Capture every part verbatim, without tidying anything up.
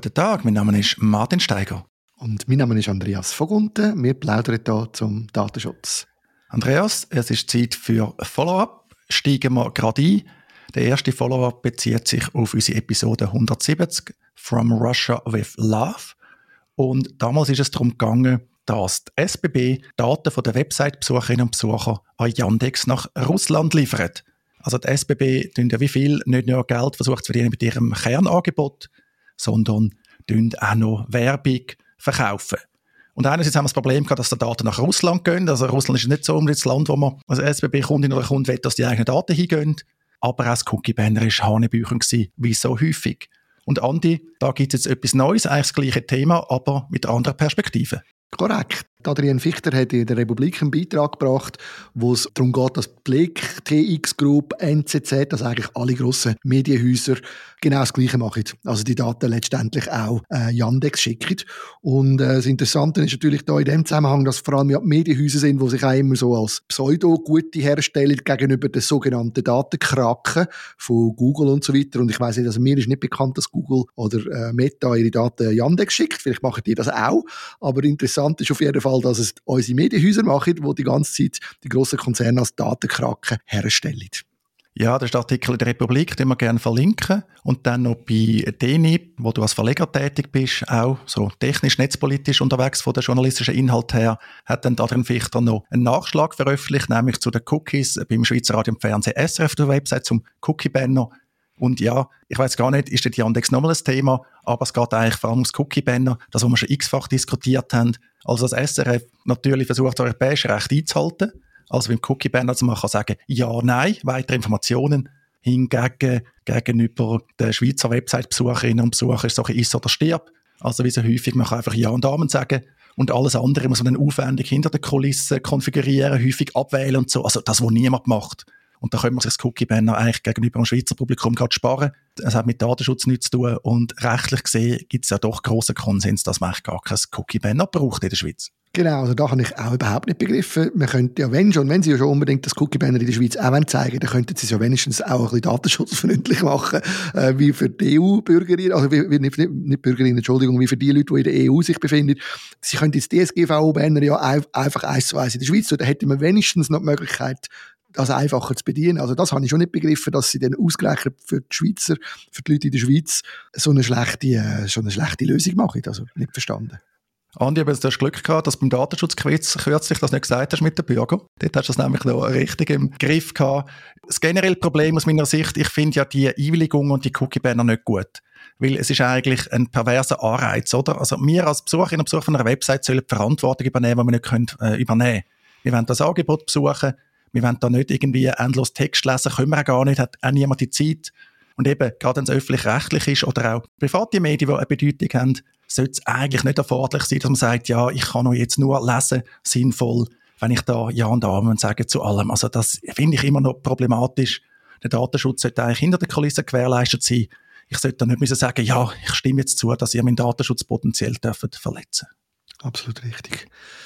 Guten Tag, mein Name ist Martin Steiger. Und mein Name ist Andreas Vogunten. Wir plaudern hier zum Datenschutz. Andreas, es ist Zeit für Follow-up. Steigen wir gerade ein. Der erste Follow-up bezieht sich auf unsere Episode hundertsiebzig «From Russia with Love». Und damals ist es darum gegangen, dass die S B B Daten von den Website-Besucherinnen und Besuchern an Yandex nach Russland liefert. Also die S B B tun ja wie viel nicht nur Geld versucht zu verdienen mit ihrem Kernangebot, sondern tun auch noch Werbung verkaufen. Und einerseits haben wir das Problem gehabt, dass die Daten nach Russland gehen. Also Russland ist nicht so unbedingt das Land, wo man als S B B-Kundin oder Kunde will, dass die eigenen Daten hingehen. Aber auch das Cookie-Banner war Hanebüchen gewesen, wie so häufig. Und Andi, da gibt es jetzt etwas Neues, eigentlich das gleiche Thema, aber mit einer anderen Perspektive. Korrekt. Adrian Fichter hat in der Republik einen Beitrag gebracht, wo es darum geht, dass Blick, T X Group, N Z Z, also eigentlich alle grossen Medienhäuser genau das Gleiche machen. Also die Daten letztendlich auch äh, Yandex schicken. Und äh, das Interessante ist natürlich da in dem Zusammenhang, dass vor allem ja die Medienhäuser sind, die sich auch immer so als Pseudo-Gute herstellen gegenüber den sogenannten Datenkraken von Google und so weiter. Und ich weiss nicht, also mir ist nicht bekannt, dass Google oder äh, Meta ihre Daten Yandex schickt. Vielleicht machen die das auch. Aber interessant ist auf jeden Fall, dass es unsere Medienhäuser machen, die die ganze Zeit die grossen Konzerne als Datenkraken herstellen. Ja, das ist der Artikel in der Republik, den wir gerne verlinken. Und dann noch bei D N I P, wo du als Verleger tätig bist, auch so technisch, netzpolitisch unterwegs von der journalistischen Inhalt her, hat dann Adrian Fichter noch einen Nachschlag veröffentlicht, nämlich zu den Cookies beim Schweizer Radio und Fernsehen S R F, der Website zum Cookie-Banner. Und ja, ich weiss gar nicht, ist der Yandex nochmal ein Thema, aber es geht eigentlich vor allem ums Cookie-Banner, das, was wir schon x-fach diskutiert haben. Also das S R F natürlich versucht, das europäische Recht einzuhalten. Also beim Cookie-Banner zu machen, sagen ja, nein, weitere Informationen. Hingegen gegenüber den Schweizer Website-Besucherinnen und Besuchern ist es so ein «Iss oder stirb». Also wie so häufig, man kann einfach Ja und Amen sagen. Und alles andere muss man dann aufwendig hinter den Kulissen konfigurieren, häufig abwählen und so. Also das, was niemand macht. Und da können wir sich das Cookie-Banner eigentlich gegenüber dem Schweizer Publikum gerade sparen. Es hat mit Datenschutz nichts zu tun. Und rechtlich gesehen gibt es ja doch grossen Konsens, dass man eigentlich gar kein Cookie-Banner braucht in der Schweiz. Genau, also da habe ich auch überhaupt nicht begriffen. Man könnte ja, wenn schon, wenn sie ja schon unbedingt das Cookie-Banner in der Schweiz auch zeigen, dann könnten sie es ja wenigstens auch ein bisschen datenschutzfreundlich machen, äh, wie für die E U-Bürgerinnen, also wie, wie, nicht, nicht Bürgerinnen, Entschuldigung, wie für die Leute, die in der E U sich befinden. Sie könnten jetzt D S G V O-Banner ja einfach eins zu eins in der Schweiz, so, da hätte man wenigstens noch die Möglichkeit, das einfacher zu bedienen. Also das habe ich schon nicht begriffen, dass sie dann ausgerechnet für die Schweizer, für die Leute in der Schweiz so eine schlechte, äh, so eine schlechte Lösung machen. Also nicht verstanden. Andi, aber du hast Glück gehabt, dass du beim Datenschutzquiz kürzlich das nicht gesagt hast mit den Bürgern. Dort hast du das nämlich noch richtig im Griff gehabt. Das generelle Problem aus meiner Sicht, ich finde ja die Einwilligung und die Cookie-Banner nicht gut. Weil es ist eigentlich ein perverser Anreiz, oder? Also wir als Besucherinnen und Besucher von einer Website sollen die Verantwortung übernehmen, die wir nicht können, äh, übernehmen können. Wir wollen das Angebot besuchen, wir wollen da nicht irgendwie endlos Text lesen, können wir auch gar nicht, hat auch niemand die Zeit. Und eben, gerade wenn es öffentlich-rechtlich ist oder auch private Medien, die eine Bedeutung haben, sollte es eigentlich nicht erforderlich sein, dass man sagt, ja, ich kann auch jetzt nur lesen, sinnvoll, wenn ich da Ja und Amen sage zu allem. Also das finde ich immer noch problematisch. Der Datenschutz sollte eigentlich hinter den Kulissen gewährleistet sein. Ich sollte da nicht müssen sagen, ja, ich stimme jetzt zu, dass ihr meinen Datenschutz potenziell dürft verletzen. Absolut richtig.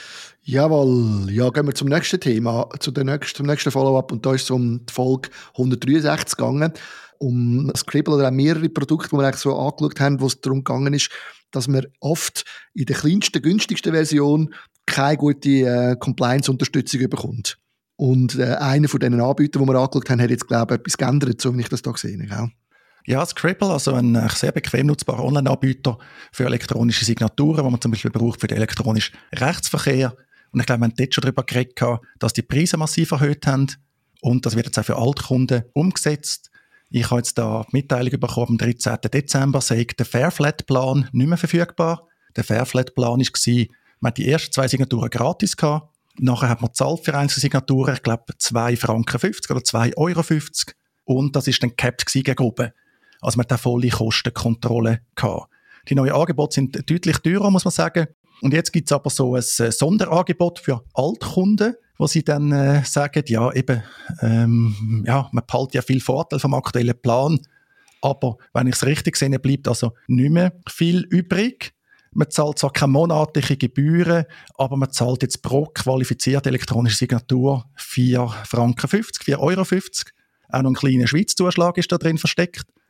Jawohl, ja, gehen wir zum nächsten Thema, zu der nächsten, zum nächsten Follow-up. Und da ist es um die Folge hundertdreiundsechzig gegangen, um Scribble oder auch mehrere Produkte, die wir eigentlich so angeschaut haben, wo es darum gegangen ist, dass man oft in der kleinsten, günstigsten Version keine gute äh, Compliance-Unterstützung bekommt. Und äh, einer von diesen Anbietern, die wir angeschaut haben, hat jetzt, glaube ich, etwas geändert, so wie ich das da gesehen habe. Ja, Scribble, also ein sehr bequem nutzbarer Online-Anbieter für elektronische Signaturen, die man zum Beispiel braucht für den elektronischen Rechtsverkehr. Und ich glaube, wir haben dort schon darüber geredet, dass die Preise massiv erhöht haben. Und das wird jetzt auch für Altkunden umgesetzt. Ich habe jetzt da die Mitteilung bekommen, am dreizehnten Dezember sei der Fairflat-Plan nicht mehr verfügbar. Der Fairflat-Plan war, man hat die ersten zwei Signaturen gratis gehabt. Nachher hat man gezahlt für einzelne Signaturen, ich glaube zwei Franken fünfzig oder zwei Euro fünfzig. Und das war dann gecapped gegen oben. Also man hat eine volle Kostenkontrolle gehabt. Die neuen Angebote sind deutlich teurer, muss man sagen. Und jetzt gibt es aber so ein Sonderangebot für Altkunden, wo sie dann äh, sagen, ja eben, ähm, ja, man behält ja viel Vorteil vom aktuellen Plan, aber wenn ich es richtig sehe, bleibt also nicht mehr viel übrig. Man zahlt zwar keine monatliche Gebühren, aber man zahlt jetzt pro qualifizierte elektronische Signatur vier Franken fünfzig, vier Euro fünfzig. Auch noch ein kleiner Schweizzuschlag ist da drin versteckt.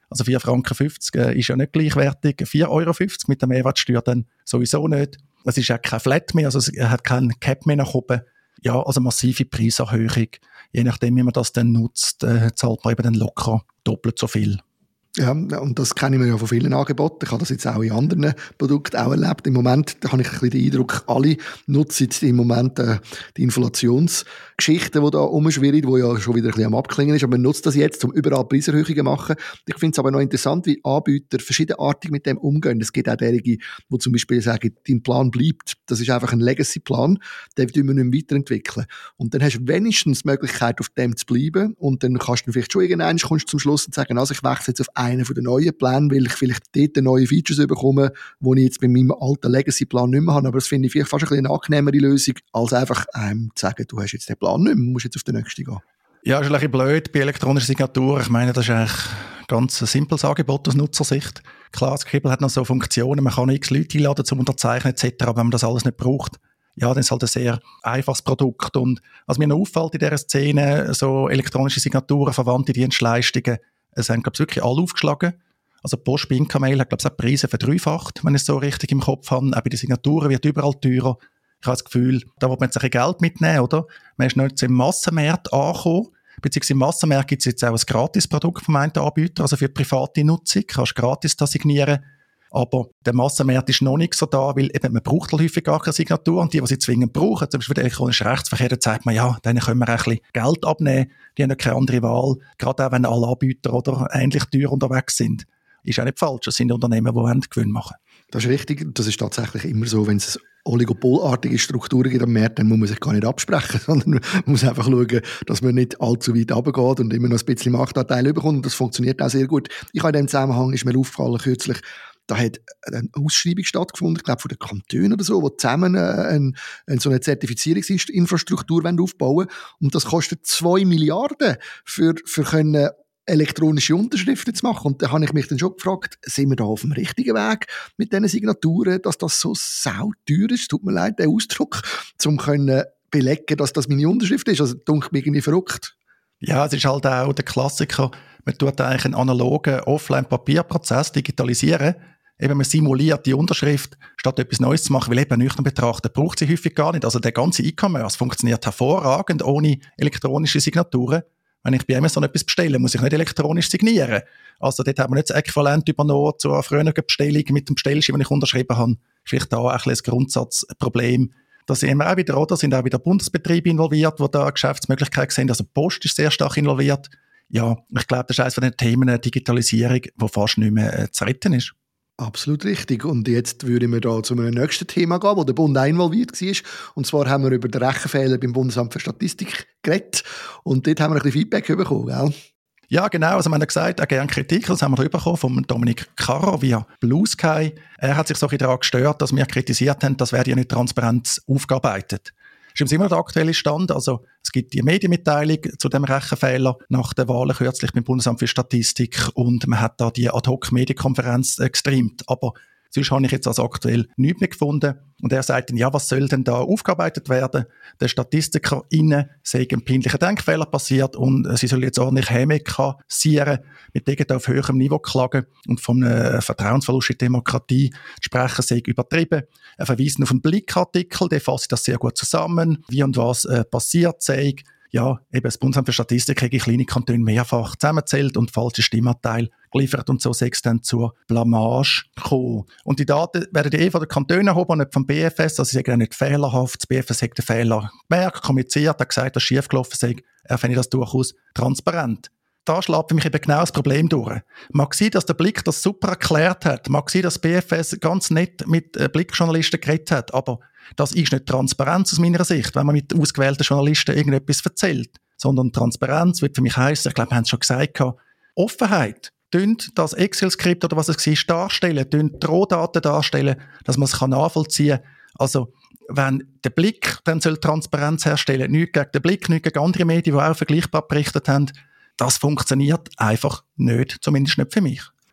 Also vier Franken fünfzig äh, ist ja nicht gleichwertig. vier Euro fünfzig mit der Mehrwertsteuer dann sowieso nicht. Es ist auch kein Flat mehr, also es hat keinen Cap mehr nach oben. Ja, also massive Preiserhöhung. Je nachdem, wie man das dann nutzt, äh, zahlt man eben dann locker doppelt so viel. Ja, und das kenne ich mir ja von vielen Angeboten. Ich habe das jetzt auch in anderen Produkten auch erlebt. Im Moment da habe ich ein bisschen den Eindruck, alle nutzen jetzt im Moment äh, die Inflationsgeschichten, die da rumschwirren, die ja schon wieder ein bisschen am Abklingen ist. Aber man nutzt das jetzt, um überall Preiserhöhungen zu machen. Ich finde es aber noch interessant, wie Anbieter verschiedenartig mit dem umgehen. Es gibt auch derige, die zum Beispiel sagen, dein Plan bleibt. Das ist einfach ein Legacy-Plan. Den wollen wir nicht mehr weiterentwickeln. Und dann hast du wenigstens die Möglichkeit, auf dem zu bleiben. Und dann kannst du vielleicht schon irgendwann kommst du zum Schluss und sagen, also ich wechsle jetzt auf einen von den neuen Plänen, weil ich vielleicht dort neue Features bekomme, die ich jetzt bei meinem alten Legacy-Plan nicht mehr habe. Aber das finde ich vielleicht fast ein bisschen eine angenehmere Lösung, als einfach ähm, zu sagen, du hast jetzt den Plan nicht mehr, musst jetzt auf den nächsten gehen. Ja, ist ein bisschen blöd bei elektronischer Signatur. Ich meine, das ist eigentlich ganz ein simples Angebot aus Nutzersicht. Klar, Scribble hat noch so Funktionen, man kann x Leute einladen zum Unterzeichnen et cetera, aber wenn man das alles nicht braucht, ja, dann ist es halt ein sehr einfaches Produkt. Und was mir noch auffällt in dieser Szene, so elektronische Signaturen, verwandte Dienstleistungen, es haben, glaube ich, wirklich alle aufgeschlagen. Also Post bei Inka-Mail hat, glaube ich, auch die Preise verdreifacht, wenn ich es so richtig im Kopf habe. Auch bei den Signaturen wird überall teurer. Ich habe das Gefühl, da will man jetzt ein bisschen Geld mitnehmen, oder? Man ist nicht im Massenmarkt angekommen. Beziehungsweise im Massenmarkt gibt es jetzt auch ein Gratis-Produkt vom einen Anbieter, also für private Nutzung. Du kannst gratis da signieren. Aber der Massenmarkt ist noch nicht so da, weil eben, man braucht halt häufig gar keine Signatur. Und die, die sie zwingend brauchen, zum Beispiel den elektronischen Rechtsverkehr, da sagt man, ja, denen können wir ein bisschen Geld abnehmen. Die haben ja keine andere Wahl. Gerade auch, wenn alle Anbieter oder ähnlich teuer unterwegs sind. Ist auch nicht falsch. Das sind Unternehmen, die Gewinn machen. Das ist richtig. Das ist tatsächlich immer so, wenn es oligopolartige Strukturen gibt am Markt, dann muss man sich gar nicht absprechen, sondern man muss einfach schauen, dass man nicht allzu weit runtergeht und immer noch ein bisschen Marktanteil bekommt. Und das funktioniert auch sehr gut. Ich habe in diesem Zusammenhang, ist mir aufgefallen kürzlich, da hat eine Ausschreibung stattgefunden, ich glaube von den Kantonen oder so, die zusammen eine, eine, so eine Zertifizierungsinfrastruktur aufbauen wollen. Und das kostet zwei Milliarden für, für können elektronische Unterschriften zu machen. Und da habe ich mich dann schon gefragt, sind wir da auf dem richtigen Weg mit diesen Signaturen, dass das so sauteuer ist, tut mir leid, der Ausdruck, um können belegen, dass das meine Unterschrift ist. Also, das klingt mir irgendwie verrückt. Ja, es ist halt auch der Klassiker, man tut eigentlich einen analogen Offline-Papierprozess digitalisieren. Eben, man simuliert die Unterschrift, statt etwas Neues zu machen, weil eben nüchtern betrachtet braucht sie häufig gar nicht. Also der ganze E-Commerce funktioniert hervorragend ohne elektronische Signaturen. Wenn ich bei Amazon etwas bestelle, muss ich nicht elektronisch signieren. Also dort haben wir nicht das Äquivalent übernommen zur früheren Bestellung mit dem Bestellschreiben, den ich unterschrieben habe. Vielleicht da ein, ein Grundsatzproblem. Da sehen wir auch wieder, oder? Sind auch wieder Bundesbetriebe involviert, die da Geschäftsmöglichkeiten sehen. Also die Post ist sehr stark involviert. Ja, ich glaube, das ist eines von den Themen der Digitalisierung, die fast nicht mehr äh, zu retten ist. Absolut richtig. Und jetzt würden wir da zu einem nächsten Thema gehen, wo der Bund auch involviert war. Und zwar haben wir über den Rechenfehler beim Bundesamt für Statistik geredet. Und dort haben wir ein bisschen Feedback bekommen, gell? Ja, genau. Also, man hat gesagt, er gerne Kritik. Das haben wir bekommen von Dominik Karrer via Blue Sky. Er hat sich so ein bisschen daran gestört, dass wir kritisiert haben, das werde ja nicht transparent aufgearbeitet. Das ist immer noch der aktuelle Stand. Also, es gibt die Medienmitteilung zu dem Rechenfehler nach der Wahl kürzlich beim Bundesamt für Statistik und man hat da die Ad-Hoc-Medienkonferenz äh, gestreamt. Aber sonst habe ich jetzt also aktuell nichts mehr gefunden. Und er sagt dann, ja, was soll denn da aufgearbeitet werden? Der StatistikerInnen sei ein peinlicher Denkfehler passiert und sie sollen jetzt ordentlich Häme kassieren, mit denen auf höherem Niveau klagen und von einem Vertrauensverlust in die Demokratie sprechen, sei übertrieben. Er verweist auf einen Blick-Artikel, der fasst das sehr gut zusammen, wie und was äh, passiert sei. Ja, eben das Bundesamt für Statistik hat in kleine Kantone mehrfach zusammengezählt und falsche Stimmanteile geliefert und so sei es dann zur Blamage gekommen. Und die Daten werden eh von den Kantonen erhoben, nicht vom B F S, also sie sagen ja nicht fehlerhaft. Das B F S hat den Fehler gemerkt, kommuniziert, hat gesagt, dass es schiefgelaufen sei. Er finde das durchaus transparent. Da schlägt für mich eben genau das Problem durch. Mag sein, dass der Blick das super erklärt hat, mag sein, dass das B F S ganz nett mit äh, Blickjournalisten geredet hat, aber das ist nicht Transparenz aus meiner Sicht, wenn man mit ausgewählten Journalisten irgendetwas erzählt. Sondern Transparenz wird für mich heissen, ich glaube, wir haben es schon gesagt, Offenheit. Tönt das Excel-Skript oder was es war darstellen, tönt die Rohdaten darstellen, dass man es nachvollziehen kann. Also, wenn der Blick dann soll Transparenz herstellen, nichts gegen den Blick, nichts gegen andere Medien, die auch vergleichbar berichtet haben, das funktioniert einfach nicht, zumindest nicht für mich.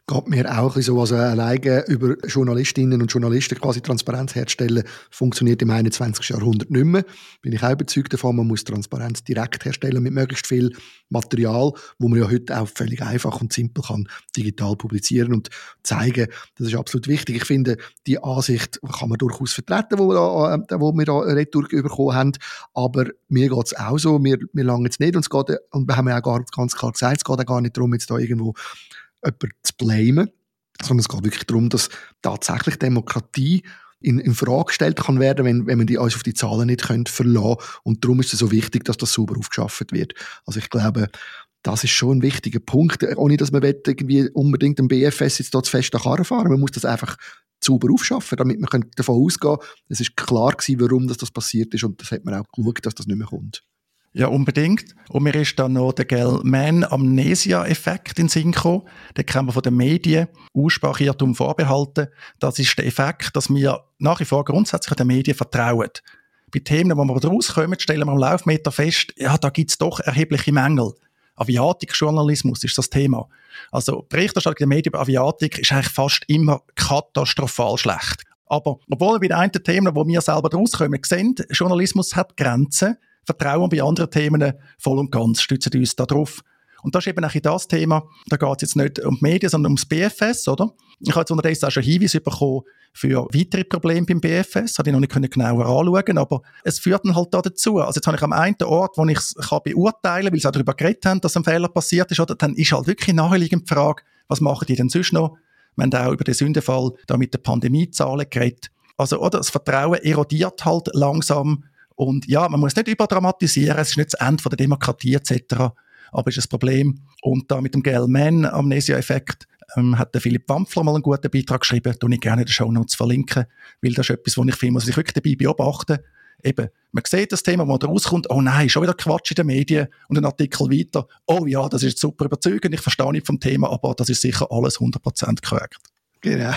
Geht mir auch ein bisschen so, also alleine über Journalistinnen und Journalisten quasi Transparenz herzustellen, funktioniert im einundzwanzigsten Jahrhundert nicht mehr. Bin ich auch überzeugt davon, man muss Transparenz direkt herstellen mit möglichst viel Material, wo man ja heute auch völlig einfach und simpel kann digital publizieren und zeigen. Das ist absolut wichtig. Ich finde, die Ansicht kann man durchaus vertreten, wo wir da, wo wir da Retour bekommen haben, aber mir geht es auch so, wir, wir langen es nicht und es geht, und wir haben ja auch gar, ganz klar gesagt, es geht auch gar nicht darum, jetzt da irgendwo jemanden zu blamen, sondern es geht wirklich darum, dass tatsächlich Demokratie in, in Frage gestellt kann werden, wenn, wenn man die uns auf die Zahlen nicht können verlassen können. Und darum ist es so wichtig, dass das sauber aufgeschafft wird. Also ich glaube, das ist schon ein wichtiger Punkt, ohne dass man irgendwie unbedingt den B F S jetzt da zu fest nach Karren fahren. Man muss das einfach sauber aufschaffen, damit man davon ausgehen kann, es ist klar gewesen, warum das, das passiert ist, und das hat man auch geschaut, dass das nicht mehr kommt. Ja, unbedingt. Und mir ist dann noch der Gell-Mann-Amnesia-Effekt in den Sinn gekommen. Den kennen wir von den Medien, Aussprachirrtum vorbehalten. Das ist der Effekt, dass wir nach wie vor grundsätzlich den Medien vertrauen. Bei Themen, wo wir rauskommen, stellen wir am Laufmeter fest, ja, da gibt es doch erhebliche Mängel. Aviatikjournalismus ist das Thema. Also Berichterstattung der Medien über Aviatik ist eigentlich fast immer katastrophal schlecht. Aber obwohl wir bei den einen Themen, wo wir selber rauskommen, sehen, Journalismus hat Grenzen, vertrauen bei anderen Themen voll und ganz, stützen uns da drauf. Und das ist eben auch das Thema, da geht es jetzt nicht um die Medien, sondern ums B F S, oder? Ich habe jetzt unterdessen auch schon Hinweise bekommen für weitere Probleme beim B F S, habe ich noch nicht genauer anschauen, aber es führt dann halt da dazu. Also jetzt habe ich am einen Ort, wo ich es beurteilen kann, weil sie auch darüber geredet haben, dass ein Fehler passiert ist, oder? Dann ist halt wirklich naheliegend die Frage, was machen die denn sonst noch? Wir haben auch über den Sündenfall da mit den Pandemiezahlen geredet. Also, oder? Das Vertrauen erodiert halt langsam. Und ja, man muss nicht überdramatisieren, es ist nicht das Ende der Demokratie et cetera, aber es ist ein Problem. Und da mit dem Gell-Mann-Amnesia-Effekt ähm, hat der Philipp Wampfler mal einen guten Beitrag geschrieben, den ich gerne in den Shownotes verlinken, weil das ist etwas, wo ich finde, muss ich wirklich dabei beobachten. Eben, man sieht das Thema, wo da rauskommt, oh nein, schon wieder Quatsch in den Medien, und ein Artikel weiter, oh ja, das ist super überzeugend, ich verstehe nicht vom Thema, aber das ist sicher alles hundert Prozent korrekt. Genau.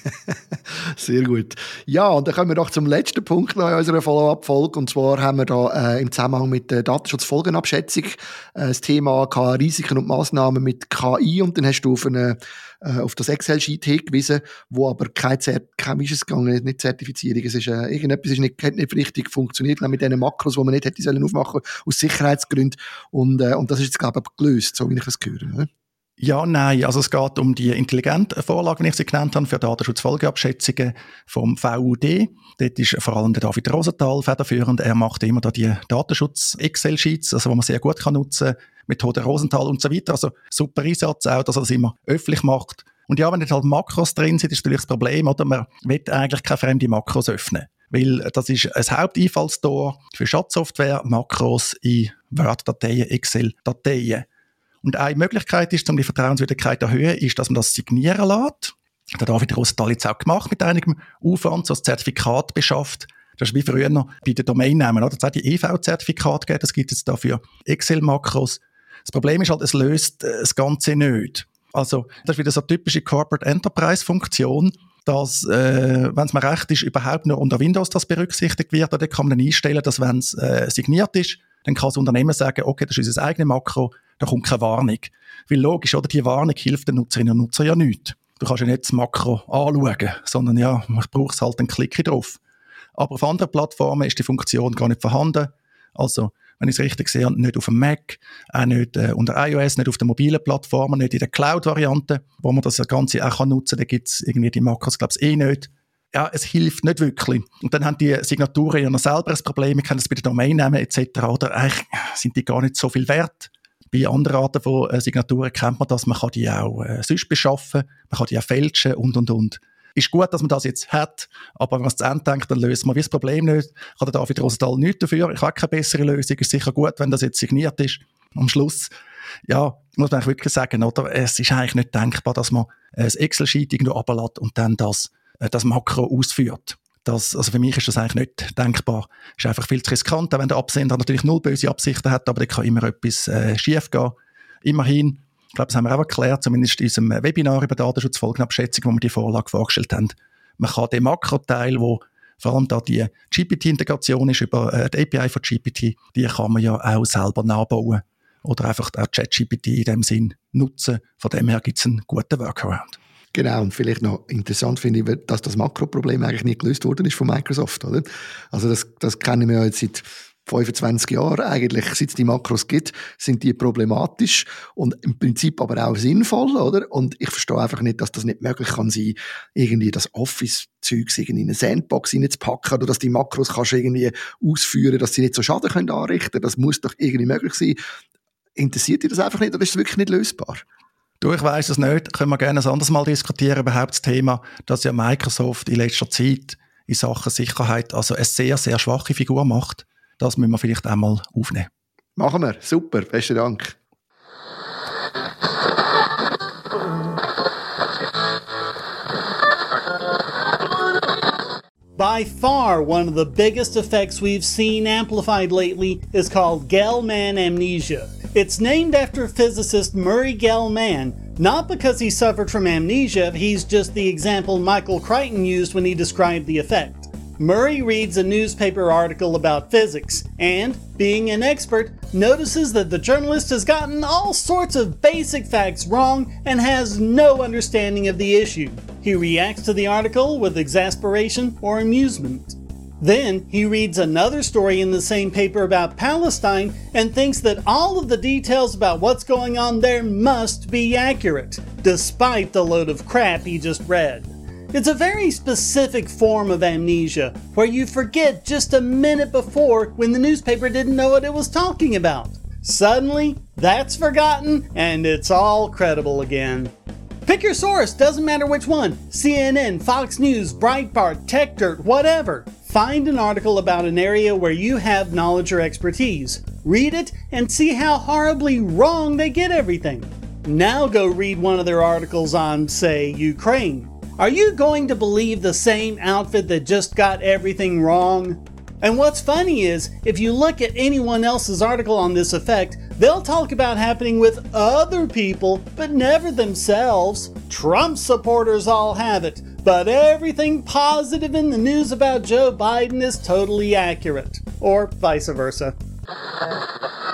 Sehr gut. Ja, und dann kommen wir doch zum letzten Punkt in unserer Follow-up-Folge. Und zwar haben wir da äh, im Zusammenhang mit der Datenschutzfolgenabschätzung äh, das Thema Risiken und Massnahmen mit K I. Und dann hast du auf, eine, äh, auf das Excel-Sheet hingewiesen, wo aber kein, Zert- kein ist es gegangen, nicht Zertifizierung. Es ist, äh, irgendetwas ist nicht, hat nicht richtig funktioniert, mit diesen Makros, die man nicht hätte sollen aufmachen aus Sicherheitsgründen. Und, äh, und das ist jetzt, glaube ich, gelöst, so wie ich es höre. Ne? Ja, nein, also es geht um die intelligenten Vorlagen, wie ich sie genannt habe, für Datenschutzfolgeabschätzungen vom V U D. Dort ist vor allem der David Rosenthal federführend. Er macht immer da die Datenschutz-Excel-Sheets, also, die man sehr gut kann nutzen kann, Methode Rosenthal und so weiter. Also super Einsatz auch, dass er das immer öffentlich macht. Und ja, wenn jetzt halt Makros drin sind, ist natürlich das Problem, oder? Man will eigentlich keine fremde Makros öffnen. Weil das ist ein Haupteinfallstor für Schadsoftware, Makros in Word-Dateien, Excel-Dateien. Und eine Möglichkeit ist, um die Vertrauenswürdigkeit zu erhöhen, ist, dass man das signieren lässt. Das hat David Rosenthal jetzt auch gemacht mit einigem Aufwand, so ein Zertifikat beschafft. Das ist wie früher noch bei den Domainnamen, oder? Es hat die E V-Zertifikat gegeben, das gibt es jetzt da für Excel-Makros. Das Problem ist halt, es löst das Ganze nicht. Also, das ist wieder so eine typische Corporate Enterprise-Funktion, dass, äh, wenn es mir recht ist, überhaupt nur unter Windows das berücksichtigt wird. Oder kann man dann einstellen, dass, wenn es äh, signiert ist, dann kann das Unternehmen sagen, okay, das ist unser eigenes Makro, da kommt keine Warnung. Weil logisch, oder, die Warnung hilft den Nutzerinnen und Nutzern ja nicht. Du kannst ja nicht das Makro anschauen, sondern ja, man braucht halt einen Klick drauf. Aber auf anderen Plattformen ist die Funktion gar nicht vorhanden. Also, wenn ich es richtig sehe, nicht auf dem Mac, auch nicht äh, unter iOS, nicht auf den mobilen Plattformen, nicht in der Cloud-Variante, wo man das Ganze auch nutzen kann. Da gibt es irgendwie die Makros, glaube ich, eh nicht. Ja, es hilft nicht wirklich. Und dann haben die Signaturen ja noch selber ein Problem. Ich kann das bei den Domainnamen et cetera. Oder eigentlich sind die gar nicht so viel wert. Bei anderen Arten von äh, Signaturen kennt man das. Man kann die auch äh, sonst beschaffen, man kann die auch fälschen und, und, und. Ist gut, dass man das jetzt hat, aber wenn man es zu Ende denkt, dann löst man wie das Problem nicht. Kann der David Rosenthal nichts dafür. Ich habe keine bessere Lösung. Ist sicher gut, wenn das jetzt signiert ist. Am Schluss, ja, muss man wirklich sagen, oder? Es ist eigentlich nicht denkbar, dass man ein Excel-Sheet irgendwo runterlässt und dann das, äh, das Makro ausführt. Das, also für mich ist das eigentlich nicht denkbar. Es ist einfach viel zu riskant, wenn der Absender natürlich null böse Absichten hat, aber da kann immer etwas äh, schief gehen. Immerhin, ich glaube, das haben wir auch erklärt, zumindest in unserem Webinar über Datenschutzfolgenabschätzung, wo wir die Vorlage vorgestellt haben. Man kann den Makroteil, wo vor allem da die G P T-Integration ist über äh, die A P I von G P T, die kann man ja auch selber nachbauen. oder einfach auch ChatGPT in dem Sinn nutzen. Von dem her gibt es einen guten Workaround. Genau, und vielleicht noch interessant finde ich, dass das Makroproblem eigentlich nicht gelöst worden ist von Microsoft, oder? Also das, das kennen wir ja jetzt seit fünfundzwanzig Jahren eigentlich, seit es die Makros gibt, sind die problematisch und im Prinzip aber auch sinnvoll, oder? Und ich verstehe einfach nicht, dass das nicht möglich kann sein, irgendwie das Office-Zeugs irgendwie in eine Sandbox reinzupacken oder dass die Makros kannst du irgendwie ausführen, dass sie nicht so Schaden können anrichten können. Das muss doch irgendwie möglich sein. Interessiert dich das einfach nicht oder ist es wirklich nicht lösbar? Du, ich weiss es nicht. Können wir gerne ein anderes Mal diskutieren, überhaupt das Thema, dass ja Microsoft in letzter Zeit in Sachen Sicherheit also eine sehr, sehr schwache Figur macht. Das müssen wir vielleicht einmal aufnehmen. Machen wir. Super. Besten Dank. By far, one of the biggest effects we've seen amplified lately is called Gell-Mann amnesia. It's named after physicist Murray Gell-Mann, not because he suffered from amnesia, he's just the example Michael Crichton used when he described the effect. Murray reads a newspaper article about physics and, being an expert, notices that the journalist has gotten all sorts of basic facts wrong and has no understanding of the issue. He reacts to the article with exasperation or amusement. Then, he reads another story in the same paper about Palestine and thinks that all of the details about what's going on there must be accurate, despite the load of crap he just read. It's a very specific form of amnesia, where you forget just a minute before when the newspaper didn't know what it was talking about. Suddenly, that's forgotten, and it's all credible again. Pick your source, doesn't matter which one. C N N, Fox News, Breitbart, TechDirt, whatever. Find an article about an area where you have knowledge or expertise. Read it and see how horribly wrong they get everything. Now go read one of their articles on, say, Ukraine. Are you going to believe the same outfit that just got everything wrong? And what's funny is, if you look at anyone else's article on this effect, they'll talk about happening with other people, but never themselves. Trump supporters all have it, but everything positive in the news about Joe Biden is totally accurate. Or vice versa.